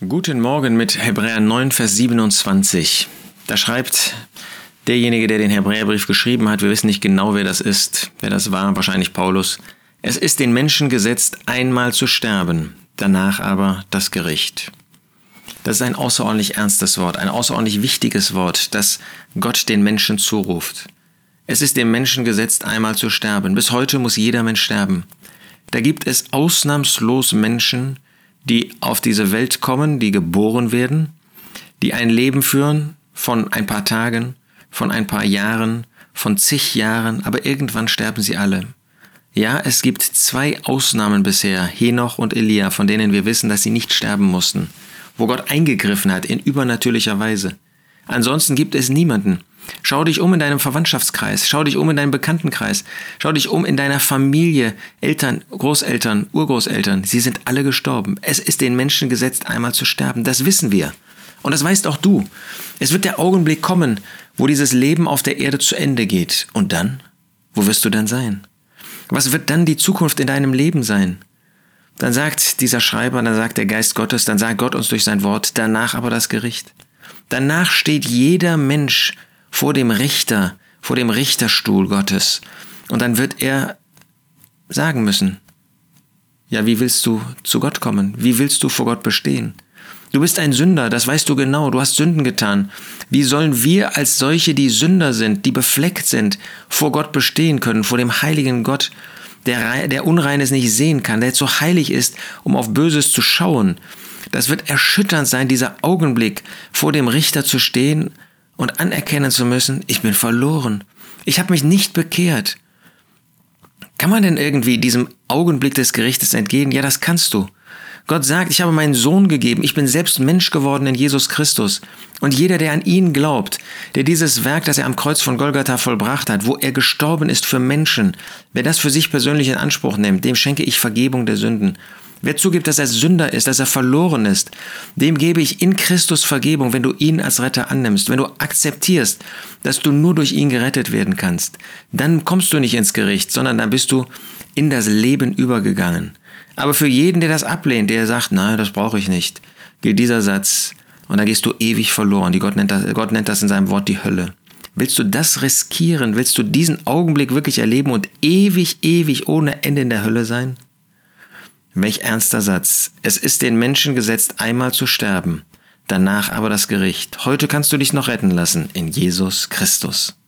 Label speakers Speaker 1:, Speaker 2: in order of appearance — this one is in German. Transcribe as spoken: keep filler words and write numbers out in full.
Speaker 1: Guten Morgen mit Hebräer neun, Vers siebenundzwanzig. Da schreibt derjenige, der den Hebräerbrief geschrieben hat, wir wissen nicht genau, wer das ist, wer das war, wahrscheinlich Paulus. Es ist den Menschen gesetzt, einmal zu sterben, danach aber das Gericht. Das ist ein außerordentlich ernstes Wort, ein außerordentlich wichtiges Wort, das Gott den Menschen zuruft. Es ist dem Menschen gesetzt, einmal zu sterben. Bis heute muss jeder Mensch sterben. Da gibt es ausnahmslos Menschen, die auf diese Welt kommen, die geboren werden, die ein Leben führen von ein paar Tagen, von ein paar Jahren, von zig Jahren, aber irgendwann sterben sie alle. Ja, es gibt zwei Ausnahmen bisher, Henoch und Elia, von denen wir wissen, dass sie nicht sterben mussten, wo Gott eingegriffen hat in übernatürlicher Weise. Ansonsten gibt es niemanden. Schau dich um in deinem Verwandtschaftskreis, schau dich um in deinem Bekanntenkreis, schau dich um in deiner Familie, Eltern, Großeltern, Urgroßeltern, sie sind alle gestorben. Es ist den Menschen gesetzt, einmal zu sterben, das wissen wir. Und das weißt auch du. Es wird der Augenblick kommen, wo dieses Leben auf der Erde zu Ende geht. Und dann? Wo wirst du dann sein? Was wird dann die Zukunft in deinem Leben sein? Dann sagt dieser Schreiber, dann sagt der Geist Gottes, dann sagt Gott uns durch sein Wort, danach aber das Gericht. Danach steht jeder Mensch vor dem Richter, vor dem Richterstuhl Gottes. Und dann wird er sagen müssen, ja, wie willst du zu Gott kommen? Wie willst du vor Gott bestehen? Du bist ein Sünder, das weißt du genau, du hast Sünden getan. Wie sollen wir als solche, die Sünder sind, die befleckt sind, vor Gott bestehen können, vor dem heiligen Gott, der, der Unreines nicht sehen kann, der zu heilig ist, um auf Böses zu schauen? Das wird erschütternd sein, dieser Augenblick, vor dem Richter zu stehen und anerkennen zu müssen, ich bin verloren. Ich habe mich nicht bekehrt. Kann man denn irgendwie diesem Augenblick des Gerichtes entgehen? Ja, das kannst du. Gott sagt, ich habe meinen Sohn gegeben, ich bin selbst Mensch geworden in Jesus Christus. Und jeder, der an ihn glaubt, der dieses Werk, das er am Kreuz von Golgatha vollbracht hat, wo er gestorben ist für Menschen, wer das für sich persönlich in Anspruch nimmt, dem schenke ich Vergebung der Sünden. Wer zugibt, dass er Sünder ist, dass er verloren ist, dem gebe ich in Christus Vergebung, wenn du ihn als Retter annimmst, wenn du akzeptierst, dass du nur durch ihn gerettet werden kannst. Dann kommst du nicht ins Gericht, sondern dann bist du in das Leben übergegangen. Aber für jeden, der das ablehnt, der sagt, nein, das brauche ich nicht, gilt dieser Satz und dann gehst du ewig verloren. Die Gott nennt das, Gott nennt das in seinem Wort die Hölle. Willst du das riskieren? Willst du diesen Augenblick wirklich erleben und ewig, ewig ohne Ende in der Hölle sein? Welch ernster Satz. Es ist den Menschen gesetzt, einmal zu sterben, danach aber das Gericht. Heute kannst du dich noch retten lassen in Jesus Christus.